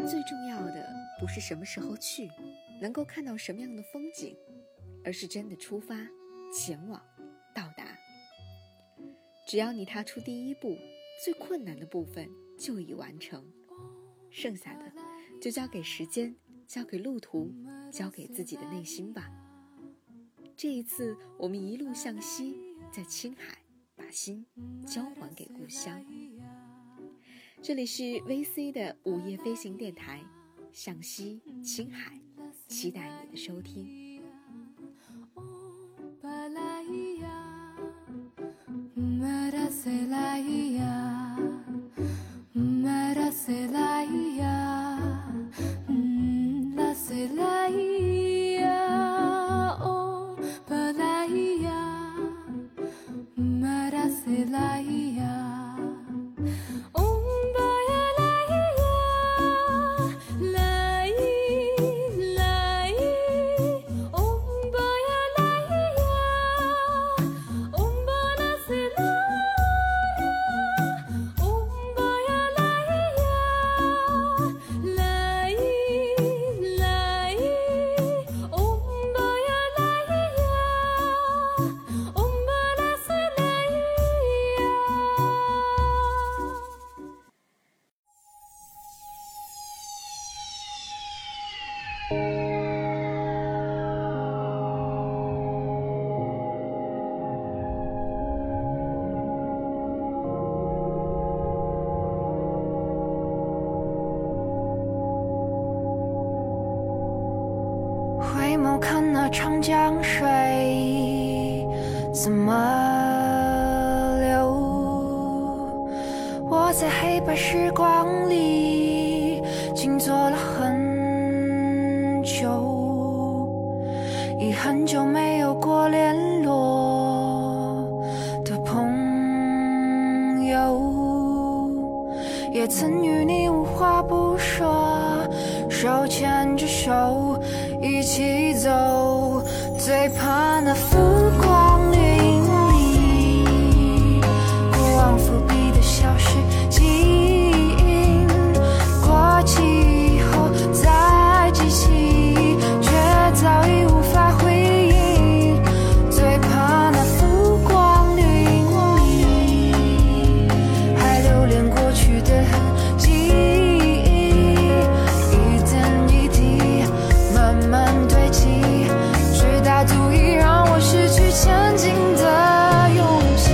最重要的不是什么时候去，能够看到什么样的风景，而是真的出发，前往，到达。只要你踏出第一步，最困难的部分就已完成，剩下的就交给时间，交给路途，交给自己的内心吧。这一次我们一路向西，在青海把心交还给故乡。这里是 VC 的午夜飞行电台，向西青海，期待你的收听。 回眸看那长江水怎么流，我在黑白时光里静坐了很久，已很久没有过联络的朋友，也曾与你无话不说，手牵着手一起走，最怕那浮光云里，过往伏笔的消失记忆，过期以后再记起，却早已无法回应，最怕那浮光云里，还留恋过去的痕迹，足以让我失去前进的勇气。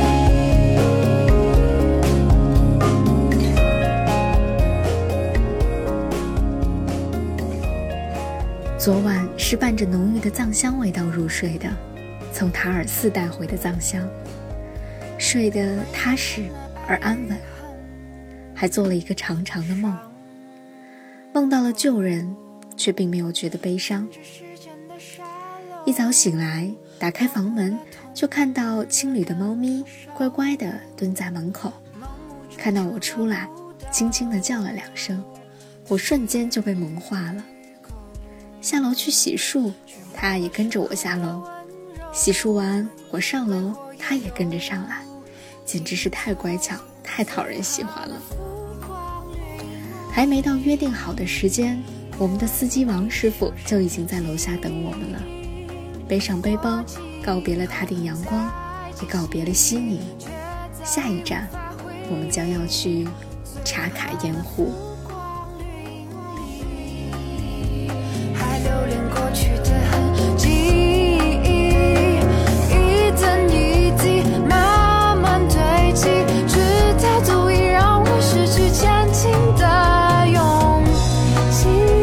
昨晚是伴着浓郁的藏香味道入睡的，从塔尔寺带回的藏香，睡得踏实而安稳，还做了一个长长的梦，梦到了旧人，却并没有觉得悲伤。一早醒来，打开房门，就看到青旅的猫咪乖乖地蹲在门口，看到我出来，轻轻地叫了2声，我瞬间就被萌化了。下楼去洗漱，它也跟着我下楼，洗漱完我上楼，它也跟着上来，简直是太乖巧，太讨人喜欢了。还没到约定好的时间，我们的司机王师傅就已经在楼下等我们了。背上背包，告别了塔顶阳光，也告别了悉尼。下一站，我们将要去茶卡盐湖。 还留恋过去的痕迹，一点一滴慢慢堆积，直到足以让我失去前进的勇气。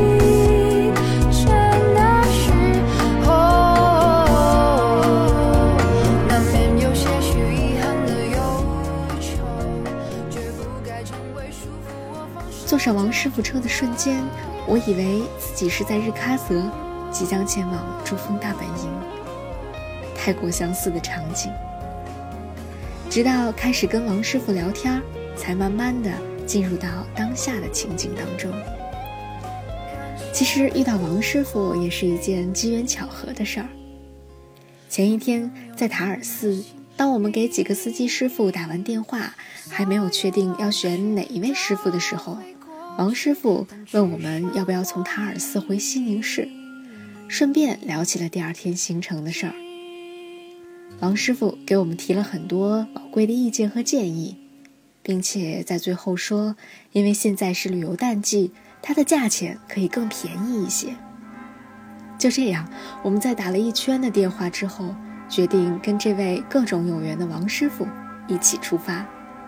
坐上王师傅车的瞬间，我以为自己是在日喀则，即将前往珠峰大本营。太过相似的场景，直到开始跟王师傅聊天，才慢慢的进入到当下的情景当中。其实遇到王师傅也是一件机缘巧合的事儿。前一天在塔尔寺，当我们给几个司机师傅打完电话，还没有确定要选哪一位师傅的时候， 王师傅问我们要不要从塔尔寺回西宁市，顺便聊起了第二天行程的事儿。王师傅给我们提了很多宝贵的意见和建议，并且在最后说，因为现在是旅游淡季，它的价钱可以更便宜一些。就这样，我们在打了一圈的电话之后，决定跟这位各种有缘的王师傅一起出发。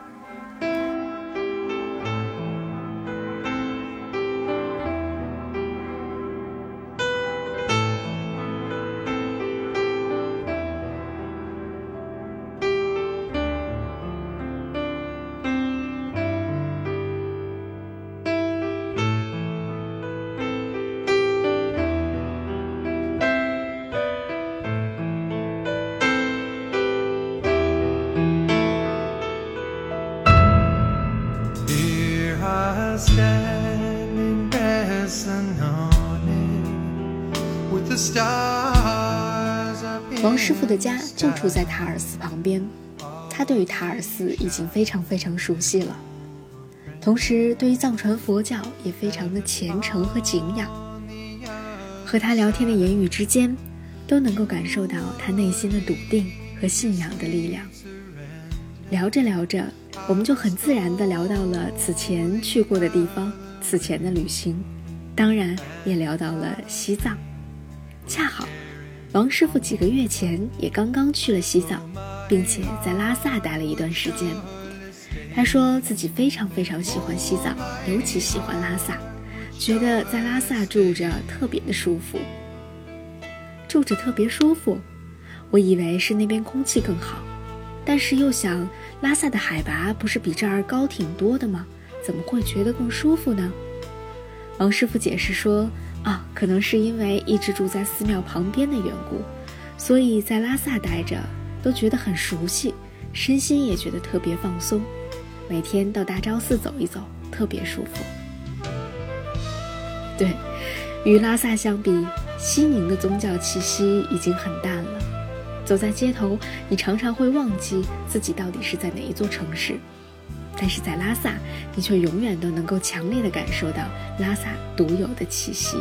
王师傅的家就住在塔尔寺旁边，他对于塔尔寺已经非常非常熟悉了，同时对于藏传佛教也非常的虔诚和敬仰。和他聊天的言语之间，都能够感受到他内心的笃定和信仰的力量。聊着聊着，我们就很自然地聊到了此前去过的地方，此前的旅行，当然也聊到了西藏。恰好王师傅几个月前也刚刚去了西藏，并且在拉萨待了一段时间。他说自己非常非常喜欢西藏，尤其喜欢拉萨，觉得在拉萨住着特别的舒服。住着特别舒服，我以为是那边空气更好，但是又想拉萨的海拔不是比这儿高挺多的吗？怎么会觉得更舒服呢？王师傅解释说，可能是因为一直住在寺庙旁边的缘故，所以在拉萨待着都觉得很熟悉，身心也觉得特别放松，每天到大昭寺走一走，特别舒服。对，与拉萨相比，西宁的宗教气息已经很淡了。走在街头，你常常会忘记自己到底是在哪一座城市，但是在拉萨，你却永远都能够强烈地感受到拉萨独有的气息。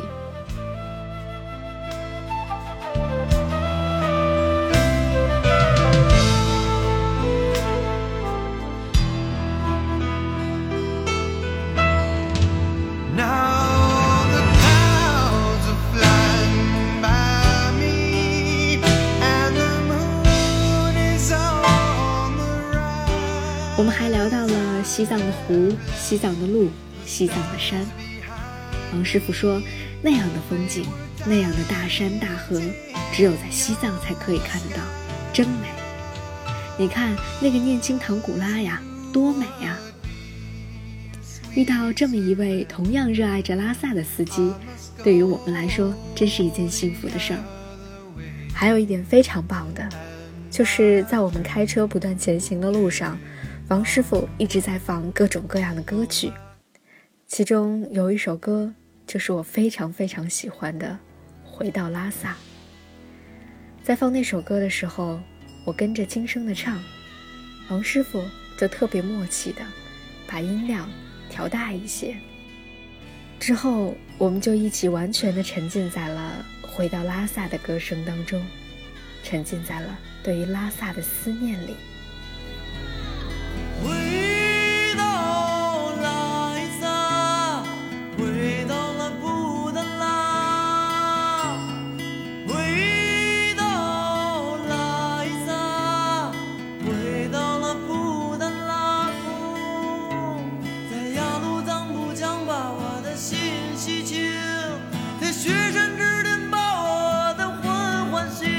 我们还聊到了西藏的湖、西藏的路、西藏的山。王师傅说，那样的风景，那样的大山大河，只有在西藏才可以看得到，真美。你看那个念青唐古拉呀，多美呀！遇到这么一位同样热爱着拉萨的司机，对于我们来说真是一件幸福的事儿。还有一点非常棒的，就是在我们开车不断前行的路上，王师傅一直在放各种各样的歌曲，其中有一首歌就是我非常非常喜欢的《回到拉萨》。在放那首歌的时候，我跟着轻声的唱，王师傅就特别默契的把音量调大一些。之后我们就一起完全的沉浸在了回到拉萨的歌声当中，沉浸在了对于拉萨的思念里。 回到拉萨，回到了布达拉，回到拉萨，回到了布达拉宫，在雅鲁藏布江把我的心洗清，在雪山之巅把我的魂唤醒。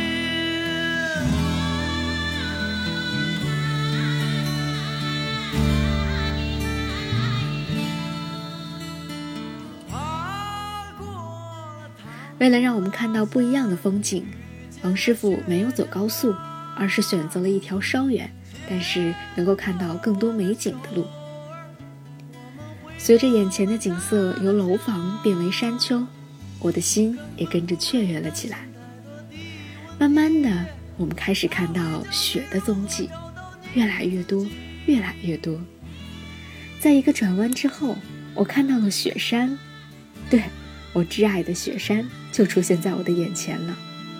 为了让我们看到不一样的风景，王师傅没有走高速，而是选择了一条稍远但是能够看到更多美景的路。随着眼前的景色由楼房变为山丘，我的心也跟着雀跃了起来。慢慢的，我们开始看到雪的踪迹，越来越多，越来越多。在一个转弯之后， 我看到了雪山，对，我挚爱的雪山就出现在我的眼前了。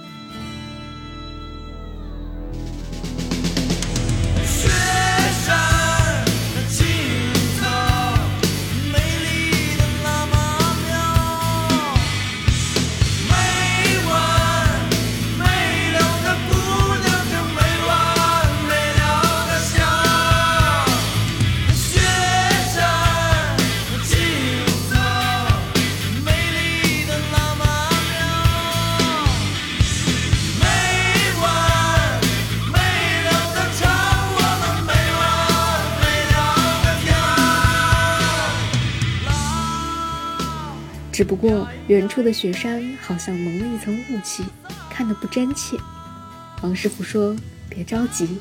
只不过远处的雪山好像蒙了一层雾气，看得不真切。王师傅说别着急。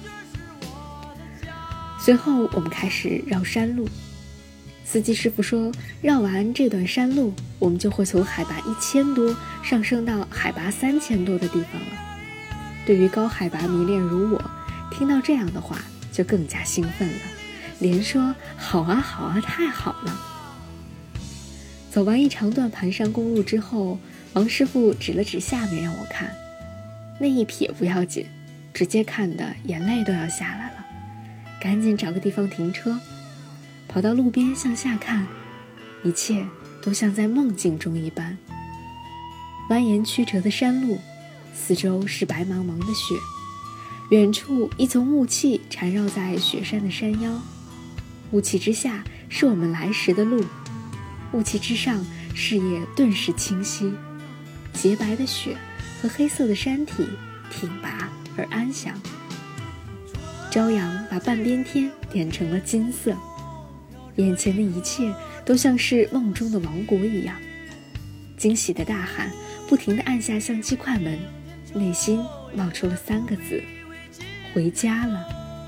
随后我们开始绕山路，司机师傅说绕完这段山路，我们就会从海拔1000多上升到海拔3000多的地方了。对于高海拔迷恋如我，听到这样的话就更加兴奋了，连说好啊好啊，太好了。走完一长段盘山公路之后，王师傅指了指下面让我看，那一瞥不要紧，直接看的眼泪都要下来了，赶紧找个地方停车，跑到路边向下看，一切都像在梦境中一般。蜿蜒曲折的山路，四周是白茫茫的雪，远处一层雾气缠绕在雪山的山腰，雾气之下是我们来时的路，雾气之上，视野顿时清晰，洁白的雪和黑色的山体挺拔而安详。朝阳把半边天点成了金色，眼前的一切都像是梦中的王国一样。惊喜的大喊，不停地按下相机快门，内心冒出了3个字：回家了。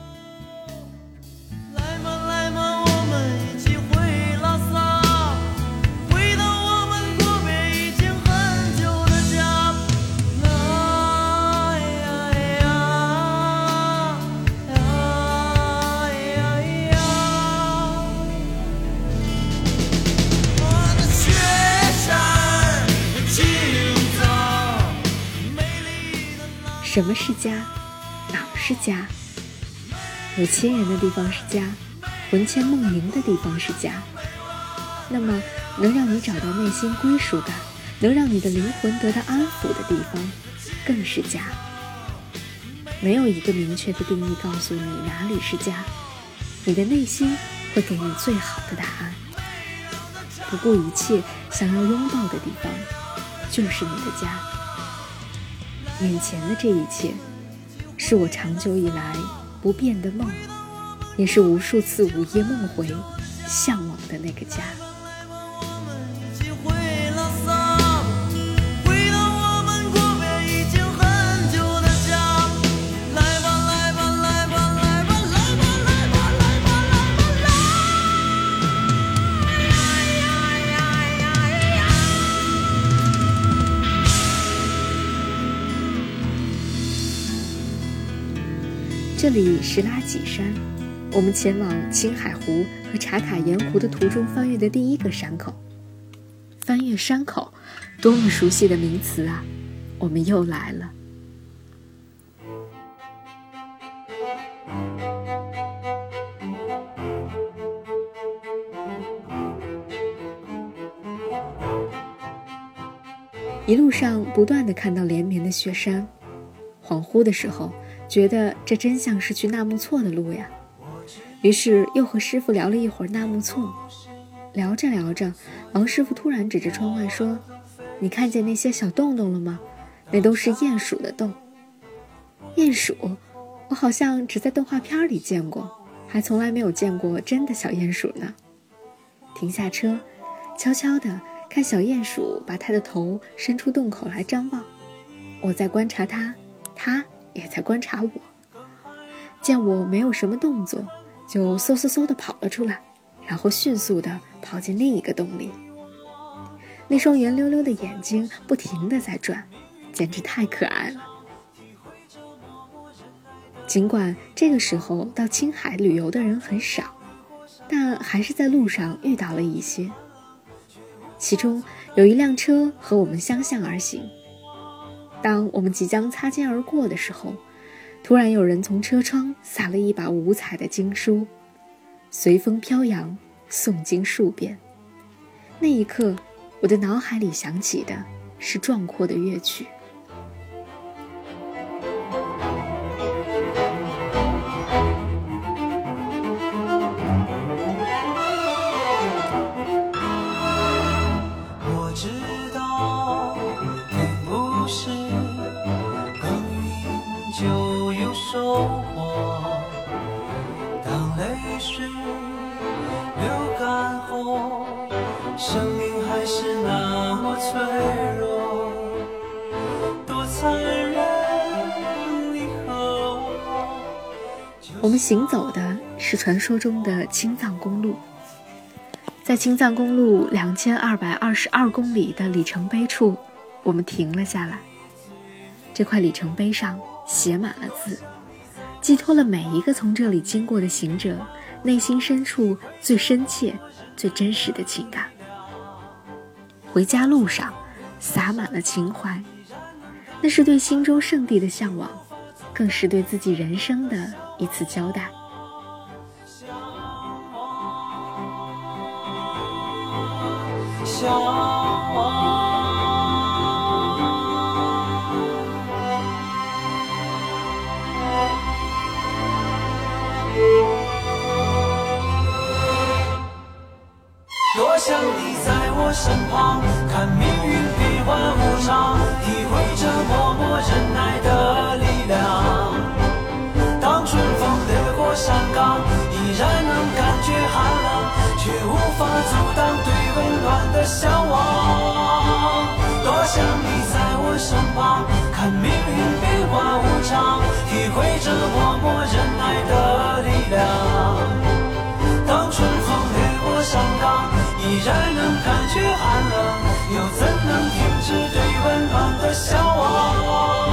什么是家？哪儿是家？有亲人的地方是家，魂牵梦萦的地方是家。那么能让你找到内心归属感，能让你的灵魂得到安抚的地方更是家。没有一个明确的定义告诉你哪里是家，你的内心会给你最好的答案。不顾一切想要拥抱的地方就是你的家。眼前的这一切是我长久以来不变的梦，也是无数次午夜梦回向往的那个家。这里是拉脊山，我们前往青海湖和茶卡盐湖的途中翻越的第一个山口。翻越山口，多么熟悉的名词啊！我们又来了。一路上不断地看到连绵的雪山，恍惚的时候觉得这真像是去纳木错的路呀。于是又和师傅聊了一会儿纳木错，聊着聊着，王师傅突然指着窗外说：“你看见那些小洞洞了吗？那都是鼹鼠的洞。”鼹鼠，我好像只在动画片里见过，还从来没有见过真的小鼹鼠呢。停下车，悄悄地看小鼹鼠把它的头伸出洞口来张望，我在观察它，它也在观察我。见我没有什么动作，就嗖嗖嗖地跑了出来，然后迅速地跑进另一个洞里。那双圆溜溜的眼睛不停地在转，简直太可爱了。尽管这个时候到青海旅游的人很少， 但还是在路上遇到了一些。其中有一辆车和我们相向而行，当我们即将擦肩而过的时候，突然有人从车窗撒了一把五彩的经书，随风飘扬，诵经数遍。那一刻，我的脑海里响起的是壮阔的乐曲。 我知道并不是耕耘就有收获，当泪水流干后，生命还是那么脆弱，多残忍，你和我们行走的是传说中的青藏公路，在青藏公路2222公里的里程碑处，我们停了下来。这块里程碑上写满了字，寄托了每一个从这里经过的行者内心深处最深切、最真实的情感。回家路上洒满了情怀，那是对心中圣地的向往，更是对自己人生的一次交代。 向往。多想你在我身旁，看命运变幻无常，体会着默默忍耐的力量。当春风掠过山岗，依然能感觉寒冷，却无法阻挡对温暖的向往。多想你在我身旁，看命运变幻无常，体会着默默忍耐的力量。当春风掠过山岗，依然能感觉寒冷，又怎能停止对温暖的向往？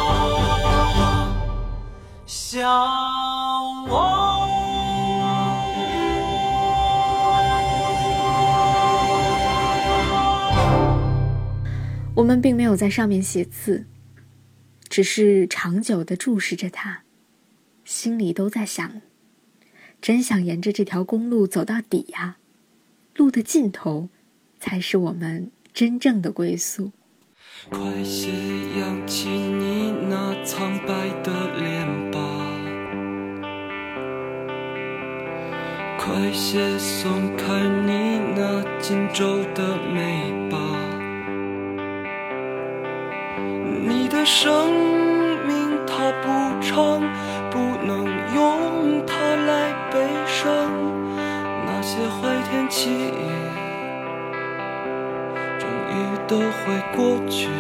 向往。 我们并没有在上面写字，只是长久地注视着它，心里都在想，真想沿着这条公路走到底啊，路的尽头才是我们真正的归宿。 快些扬起你那苍白的脸吧，快些松开你那紧皱的眉吧，你的生命它不长，不能用它来悲伤，那些坏天气终于都会过去。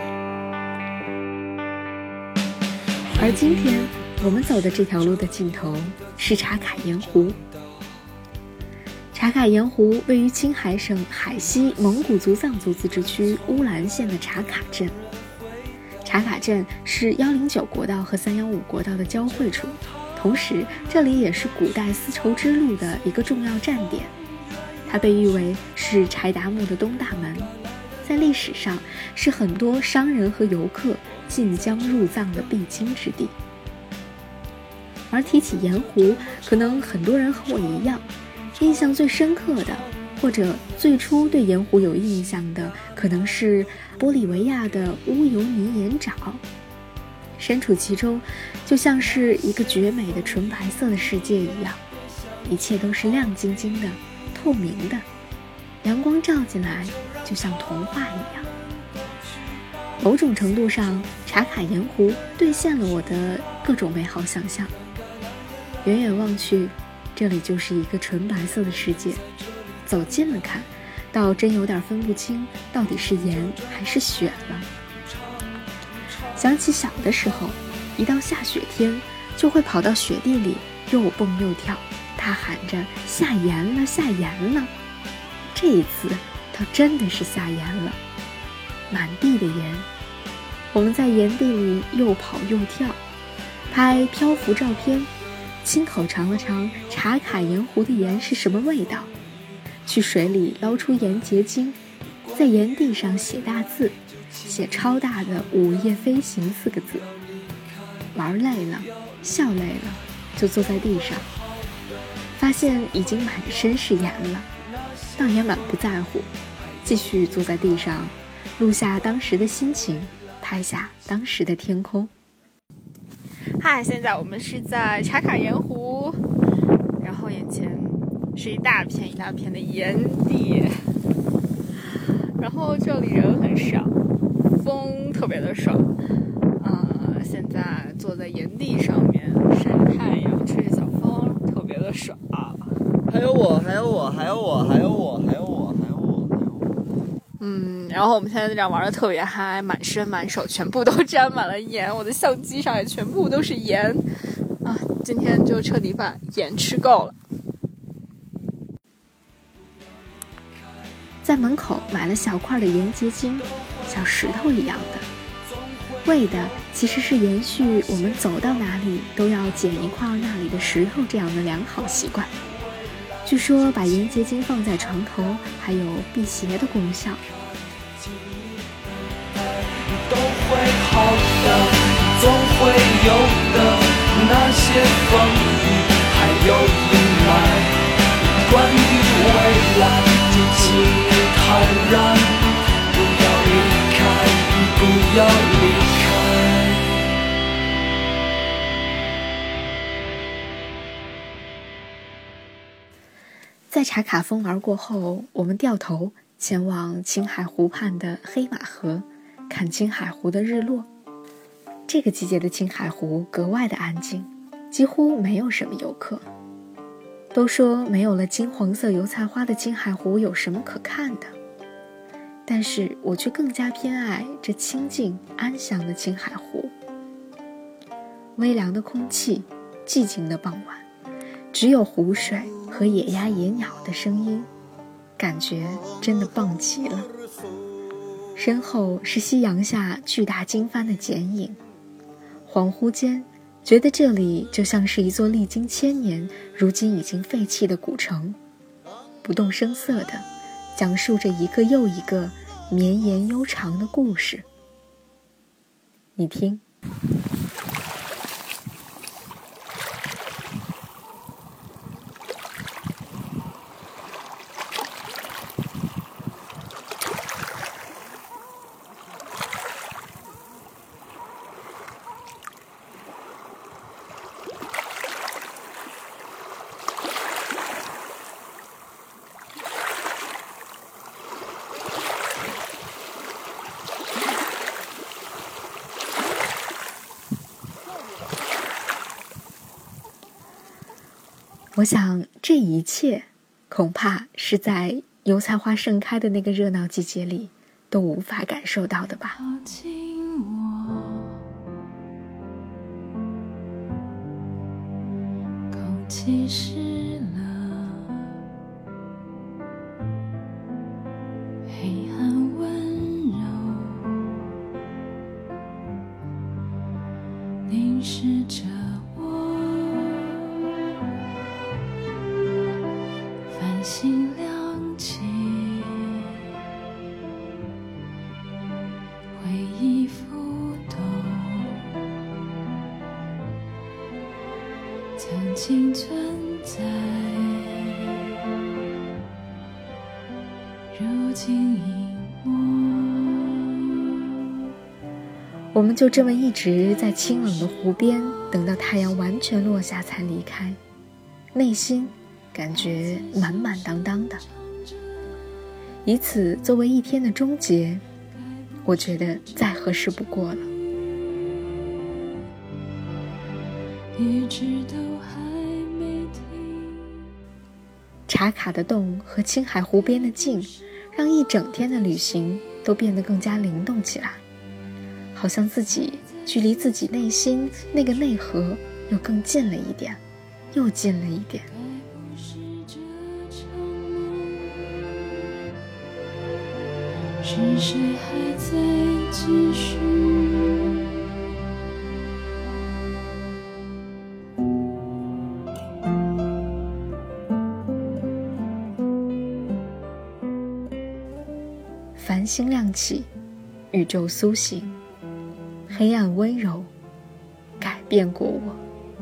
而今天我们走的这条路的尽头是茶卡盐湖。茶卡盐湖位于青海省海西蒙古族藏族自治区乌兰县的茶卡镇。茶卡镇是109国道和315国道的交汇处，同时这里也是古代丝绸之路的一个重要站点。它被誉为是柴达木的东大门，在历史上是很多商人和游客进江入藏的必经之地。而提起盐湖，可能很多人和我一样，印象最深刻的，或者最初对盐湖有印象的，可能是玻利维亚的乌尤尼盐沼。身处其中，就像是一个绝美的纯白色的世界一样，一切都是亮晶晶的、透明的，阳光照进来就像童话一样。某种程度上，茶卡盐湖兑现了我的各种美好想象。远远望去，这里就是一个纯白色的世界，走近了看，倒真有点分不清到底是盐还是雪了。想起小的时候，一到下雪天就会跑到雪地里又蹦又跳，大喊着下盐了下盐了。这一次倒真的是下盐了，满地的盐。我们在盐地里又跑又跳，拍漂浮照片， 亲口尝了尝茶卡盐湖的盐是什么味道，去水里捞出盐结晶，在盐地上写大字，写超大的午夜飞行4个字。玩累了，笑累了，就坐在地上，发现已经满身是盐了，倒也满不在乎，继续坐在地上，录下当时的心情，拍下当时的天空。 嗨，现在我们是在茶卡盐湖，然后眼前是一大片一大片的盐地，然后这里人很少，风特别的爽。现在坐在盐地上面晒着太阳，吹着小风，特别的爽。 还有我。 然后我们现在在这样玩的特别嗨，满身满手全部都沾满了盐，我的相机上也全部都是盐啊！今天就彻底把盐吃够了。 在门口买了小块的盐结晶，像石头一样的，为的其实是延续我们走到哪里都要捡一块那里的石头这样的良好习惯。据说把盐结晶放在床头还有辟邪的功效。 都会好的，总会有的，那些风雨还有阴霾，关于未来就请你坦然，不要离开，不要离开。 在茶卡峰玩过后，我们掉头前往青海湖畔的黑马河，看青海湖的日落。这个季节的青海湖格外的安静，几乎没有什么游客。都说没有了金黄色油菜花的青海湖有什么可看的，但是我却更加偏爱这清静安详的青海湖。微凉的空气，寂静的傍晚，只有湖水和野鸭野鸟的声音，感觉真的棒极了。身后是夕阳下巨大经幡的剪影，恍惚间觉得这里就像是一座历经千年如今已经废弃的古城，不动声色地讲述着一个又一个绵延悠长的故事。你听，我想这一切恐怕是在油菜花盛开的那个热闹季节里都无法感受到的吧。 靠近我，空气湿了，黑暗温柔，凝视着心亮起，回忆浮动，曾经存在，如今隐没。 我们就这么一直在清冷的湖边，等到太阳完全落下才离开，内心感觉满满当当的。以此作为一天的终结，我觉得再合适不过了。 一直都还没停。 茶卡的洞和青海湖边的静，让一整天的旅行都变得更加灵动起来，好像自己距离自己内心那个内核又更近了一点，又近了一点。 是谁还在继续？ 繁星亮起，宇宙苏醒，黑暗温柔改变过我。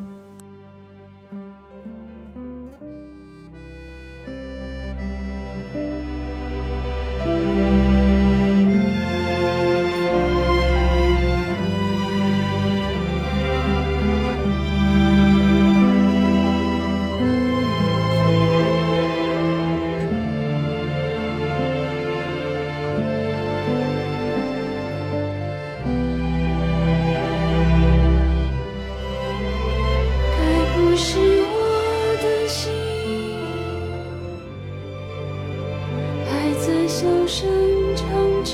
小声唱着，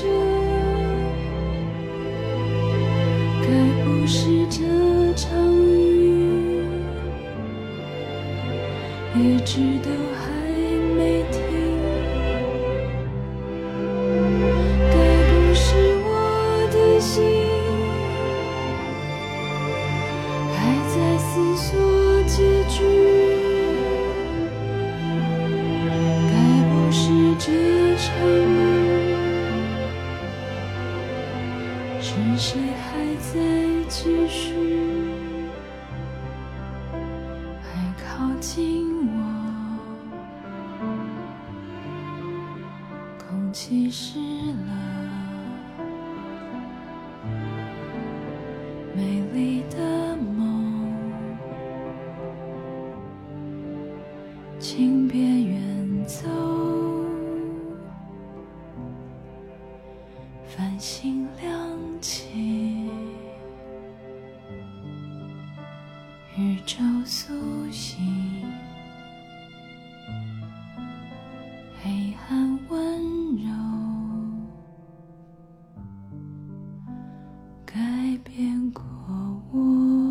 该不是这场雨一直都还没停，该不是我的心还在思索结局，该不是这场雨是谁还在继续还靠近我，空气湿了，美丽的梦，请别远走，繁星亮起，宇宙苏醒，黑暗温柔改变过我。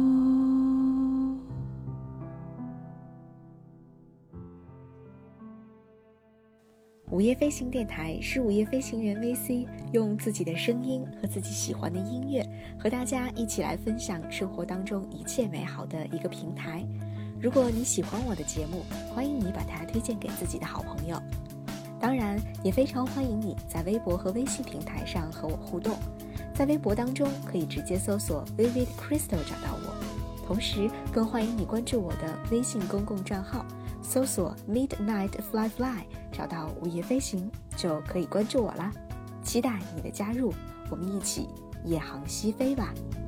午夜飞行电台是午夜飞行员 VC 用自己的声音和自己喜欢的音乐和大家一起来分享生活当中一切美好的一个平台。如果你喜欢我的节目，欢迎你把它推荐给自己的好朋友。当然也非常欢迎你在微博和微信平台上和我互动。在微博当中可以直接搜索 Vivid Crystal 找到我，同时更欢迎你关注我的微信公共账号，搜索 Midnight Fly Fly 找到午夜飞行就可以关注我啦。期待你的加入，我们一起夜航西飞吧。